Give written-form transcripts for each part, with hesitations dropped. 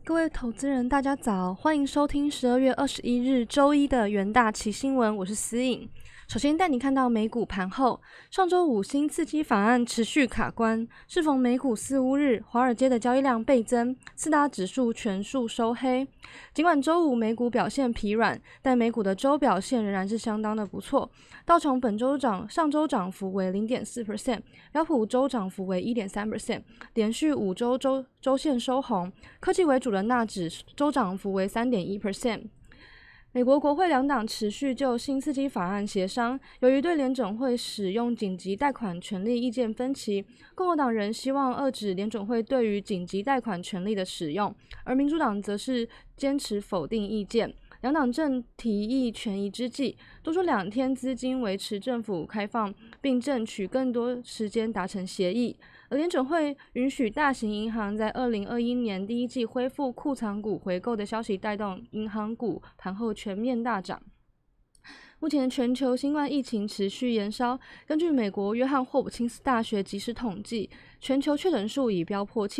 各位投资人，大家早，欢迎收听12月21日周一的元大期新闻，我是思颖。首先带你看到美股盘后，上周五新刺激法案持续卡关，适逢美股四乌日，华尔街的交易量倍增，四大指数全数收黑。尽管周五美股表现疲软，但美股的周表现仍然是相当的不错。道琼上周涨幅为 0.4%， 标普周涨幅为 1.3%， 连续5周线收红。科技为主的纳指周涨幅为 3.1%。美国国会两党持续就新刺激法案协商，由于对联准会使用紧急贷款权利意见分歧，共和党人希望遏制联准会对于紧急贷款权利的使用，而民主党则是坚持否定意见。两党正提议权宜之计，多出2天资金维持政府开放，并争取更多时间达成协议。而联准会允许大型银行在2021年第一季恢复库藏股回购的消息，带动银行股盘后全面大涨。目前全球新冠疫情持续延烧，根据美国约翰霍普金斯大学即时统计，全球确诊数已飙破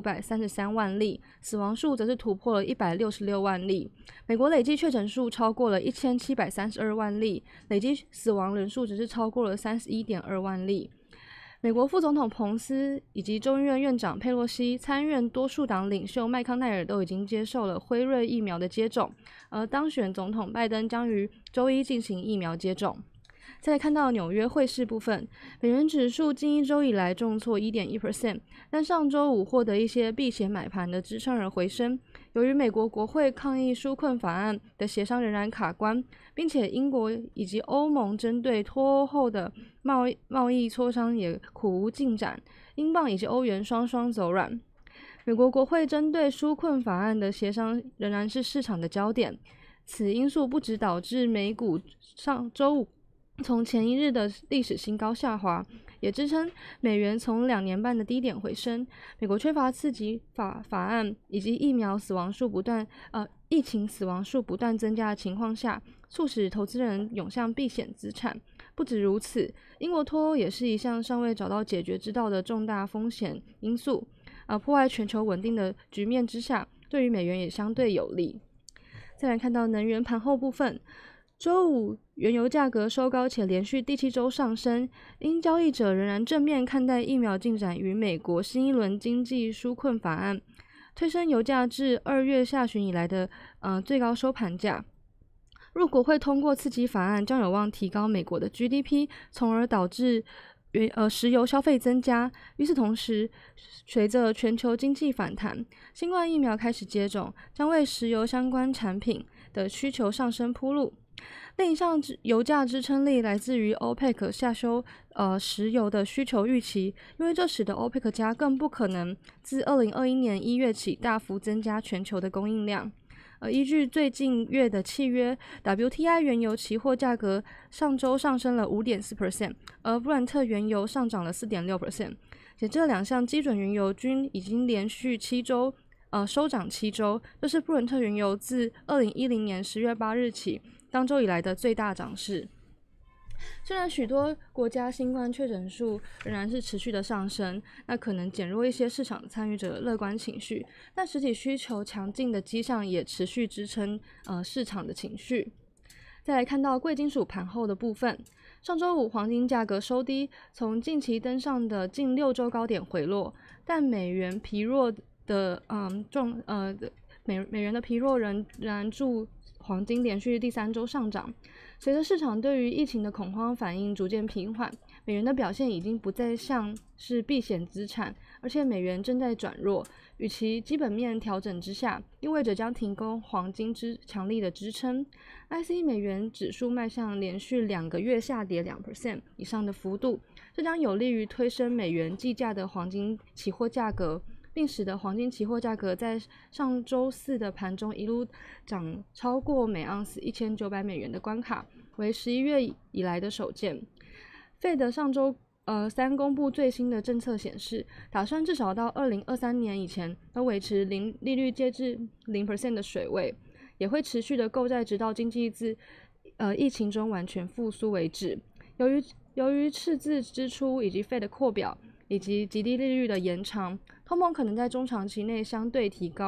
7533万例，死亡数则是突破了166万例。美国累计确诊数超过了1732万例，累计死亡人数只是超过了31.2万例。美国副总统彭斯以及众议院院长佩洛西、参院多数党领袖麦康奈尔都已经接受了辉瑞疫苗的接种，而当选总统拜登将于周一进行疫苗接种。再来看到纽约汇市部分，美元指数近一周以来重挫 1.1%， 但上周五获得一些避险买盘的支撑而回升。由于美国国会抗议纾困法案的协商仍然卡关，并且英国以及欧盟针对脱欧后的贸易磋商也苦无进展，英镑以及欧元双双走软。美国国会针对纾困法案的协商仍然是市场的焦点，此因素不只导致美股上周五从前一日的历史新高下滑，也支撑美元从2年半的低点回升。美国缺乏刺激法案以及疫情死亡数不断增加的情况下，促使投资人涌向避险资产。不止如此，英国脱欧也是一项尚未找到解决之道的重大风险因素，破坏全球稳定的局面之下，对于美元也相对有利。再来看到能源盘后部分，周五原油价格收高且连续第7周上升，因交易者仍然正面看待疫苗进展与美国新一轮经济纾困法案，推升油价至2月下旬以来的最高收盘价。若国会通过刺激法案，将有望提高美国的 GDP， 从而导致石油消费增加。与此同时，随着全球经济反弹，新冠疫苗开始接种，将为石油相关产品的需求上升铺路。另一项油价支撑力来自于 OPEC 下修石油的需求预期，因为这使得 OPEC 加更不可能自2021年1月起大幅增加全球的供应量。依据最近月的契约 ，WTI 原油期货价格上周上升了 5.4%， 而布兰特原油上涨了 4.6%， 且这2项基准原油均已经连续收涨7周，这是布兰特原油自2010年10月8日起当周以来的最大涨势。虽然许多国家新冠确诊数仍然是持续的上升，那可能减弱一些市场参与者的乐观情绪，但实体需求强劲的迹象也持续支撑市场的情绪。再来看到贵金属盘后的部分，上周五黄金价格收低，从近期登上的近6周高点回落，但美元疲弱的美元的疲弱仍然助黄金连续第3周上涨。随着市场对于疫情的恐慌反应逐渐平缓，美元的表现已经不再像是避险资产，而且美元正在转弱，与其基本面调整之下，意味着将提供黄金强力的支撑。IC 美元指数迈向连续2个月下跌 2% 以上的幅度，这将有利于推升美元计价的黄金期货价格，并使得黄金期货价格在上周四的盘中一路涨超过每盎司1900美元的关卡，为11月以来的首见。Fed 上周3公布最新的政策显示，打算至少到2023年以前都维持利率接至 0% 的水位，也会持续的购债直到经济自疫情中完全复苏为止。由于赤字支出以及 Fed 扩表以及极低利率的延长，通膨可能在中长期内相对提高，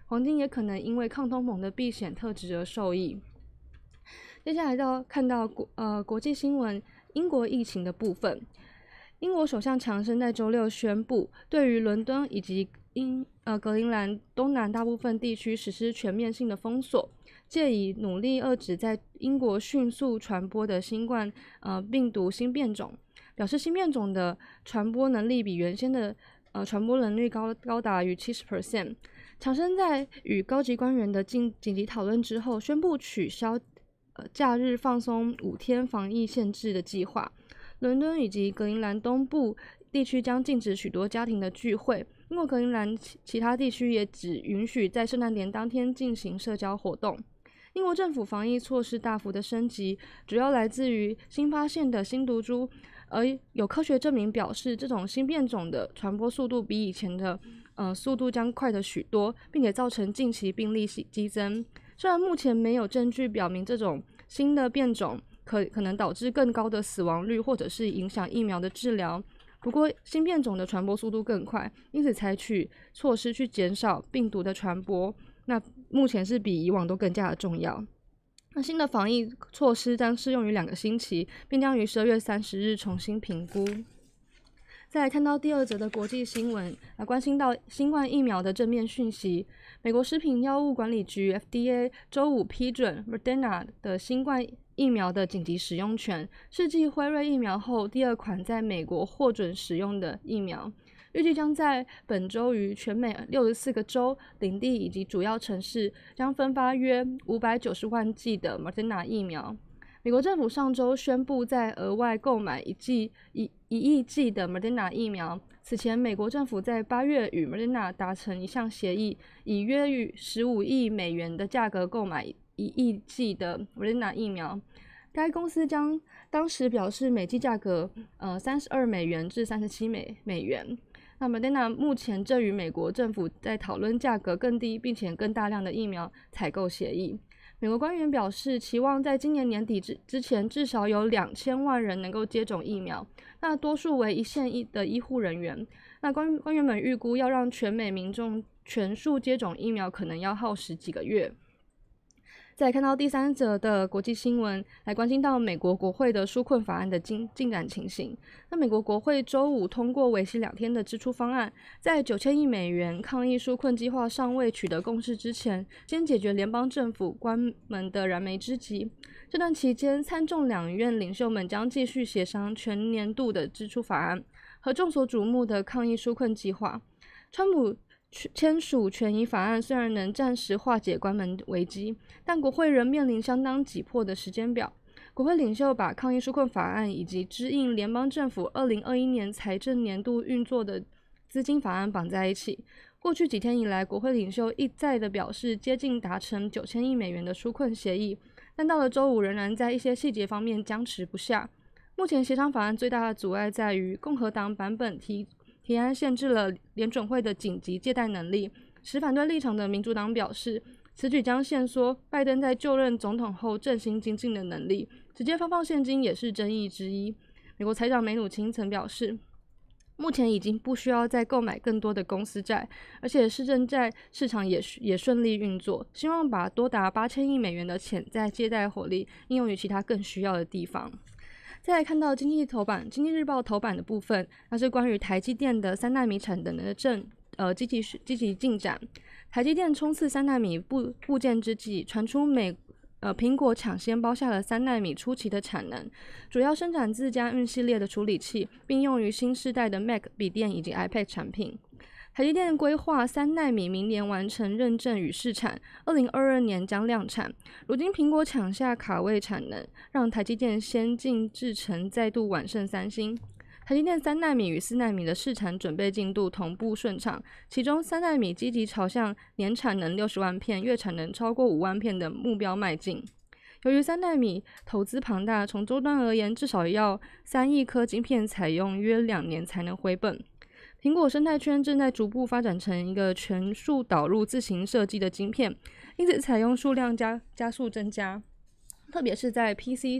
黄金也可能因为抗通膨的避险特质而受益。接下来看到国际新闻，英国疫情的部分。英国首相强生在周六宣布，对于伦敦以及格陵兰东南大部分地区实施全面性的封锁，借以努力遏制在英国迅速传播的新冠病毒新变种，表示新变种的传播能力比原先的传播能力高达于 70%。强生在与高级官员的紧急讨论之后，宣布取消假日放松5天防疫限制的计划。伦敦以及格陵兰东部地区将禁止许多家庭的聚会。英国格陵兰其他地区也只允许在圣诞节当天进行社交活动。英国政府防疫措施大幅的升级，主要来自于新发现的新毒株，而有科学证明表示，这种新变种的传播速度比以前的速度将快得许多，并且造成近期病例激增。虽然目前没有证据表明这种新的变种可能导致更高的死亡率，或者是影响疫苗的治疗。不过，新变种的传播速度更快，因此采取措施去减少病毒的传播，那目前是比以往都更加的重要。那新的防疫措施将适用于2个星期，并将于12月30日重新评估。再来看到第2则的国际新闻，关心到新冠疫苗的正面讯息。美国食品药物管理局 FDA 周五批准 Moderna 的新冠疫苗的紧急使用权，是继辉瑞疫苗后第2款在美国获准使用的疫苗，预计将在本周于全美64个州、领地以及主要城市将分发约590万剂的 Moderna 疫苗。美国政府上周宣布再额外购买1亿剂的 Moderna 疫苗。此前，美国政府在8月与 Moderna 达成一项协议，以约于15亿美元的价格购买1亿剂的 Moderna 疫苗。该公司当时表示每剂价格32美元至37美元。那 Moderna 目前正与美国政府在讨论价格更低并且更大量的疫苗采购协议。美国官员表示，期望在今年年底之前至少有2000万人能够接种疫苗，那多数为一线的医护人员。那官员们预估要让全美民众全数接种疫苗，可能要耗时几个月。再来看到第3则的国际新闻，来关心到美国国会的纾困法案的进展情形。那美国国会周五通过为期2天的支出方案，在9000亿美元抗疫纾困计划尚未取得共识之前，先解决联邦政府关门的燃眉之急。这段期间，参众两院领袖们将继续协商全年度的支出法案和众所瞩目的抗疫纾困计划。川普签署权益法案虽然能暂时化解关门危机，但国会仍面临相当紧迫的时间表。国会领袖把抗疫纾困法案以及支应联邦政府2021年财政年度运作的资金法案绑在一起。过去几天以来，国会领袖一再的表示接近达成9000亿美元的纾困协议，但到了周五仍然在一些细节方面僵持不下。目前协商法案最大的阻碍在于共和党版本提案限制了联准会的紧急借贷能力，使反对立场的民主党表示，此举将限缩拜登在就任总统后振兴经济的能力。直接发放现金也是争议之一。美国财长梅努钦曾表示，目前已经不需要再购买更多的公司债，而且市政债市场也顺利运作，希望把多达8000亿美元的潜在借贷火力应用于其他更需要的地方。再来看到经济日报头版的部分，那是关于台积电的3奈米产能的积极进展。台积电冲刺3奈米部件之际，传出苹果抢先包下了3奈米初期的产能，主要生产自家运系列的处理器，并用于新世代的 Mac 笔电以及 iPad 产品。台积电规划3奈米明年完成认证与试产，2022年将量产。如今苹果抢下卡位产能，让台积电先进制程再度完胜三星。台积电3奈米与4奈米的试产准备进度同步顺畅，其中3奈米积极朝向年产能60万片、月产能超过5万片的目标迈进。由于3奈米投资庞大，从终端而言，至少要3亿颗晶片采用约2年才能回本。苹果生态圈正在逐步发展成一个全数导入自行设计的晶片，因此采用数量加速增加，特别是在 PC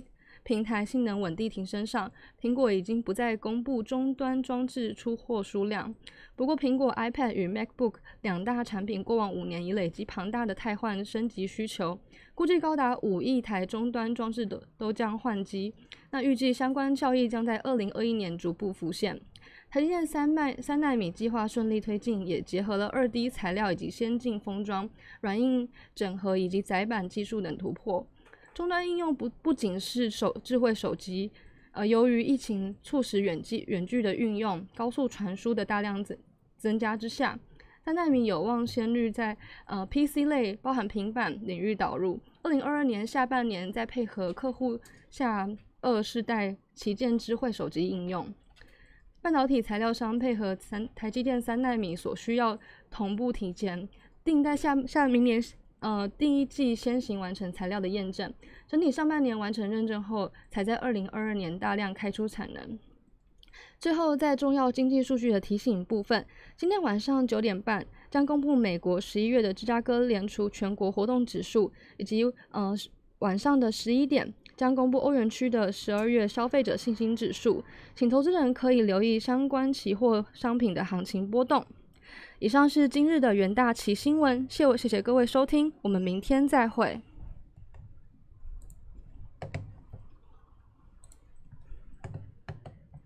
平台性能稳定提升上，苹果已经不再公布终端装置出货数量。不过，苹果 iPad 与 MacBook 两大产品过往5年已累积庞大的汰换升级需求，估计高达5亿台终端装置都将换机。那预计相关效益将在2021年逐步浮现。台积电3奈米计划顺利推进，也结合了2D 材料以及先进封装、软硬整合以及载板技术等突破。终端应用不仅是智慧手机，由于疫情促使远距的运用、高速传输的大量增加之下，3奈米有望先率在PC 类包含平板领域导入。2022年下半年再配合客户下2世代旗舰智慧手机应用。半导体材料商配合台积电3奈米所需要同步提前，定在明年第一季先行完成材料的验证，整体上半年完成认证后，才在2022年大量开出产能。最后，在重要经济数据的提醒部分，今天晚上9点半将公布美国11月的芝加哥联储全国活动指数，以及晚上的11点将公布欧元区的12月消费者信心指数，请投资人可以留意相关期货商品的行情波动。以上是今日的元大期新闻，谢谢各位收听，我们明天再会。